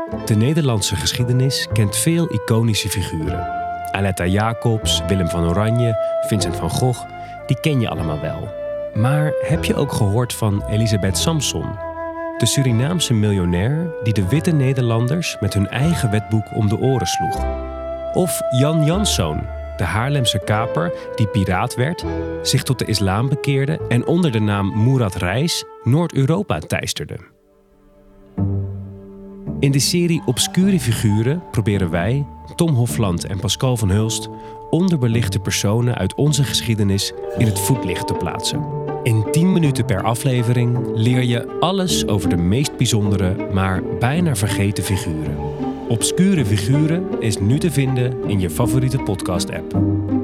De Nederlandse geschiedenis kent veel iconische figuren. Aletta Jacobs, Willem van Oranje, Vincent van Gogh, die ken je allemaal wel. Maar heb je ook gehoord van Elisabeth Samson? De Surinaamse miljonair die de witte Nederlanders met hun eigen wetboek om de oren sloeg. Of Jan Janszoon, de Haarlemse kaper die piraat werd, zich tot de islam bekeerde en onder de naam Moerad Reis Noord-Europa teisterde. In de serie Obscure Figuren proberen wij, Tom Hofland en Pascal van Hulst, onderbelichte personen uit onze geschiedenis in het voetlicht te plaatsen. In 10 minuten per aflevering leer je alles over de meest bijzondere, maar bijna vergeten figuren. Obscure Figuren is nu te vinden in je favoriete podcast-app.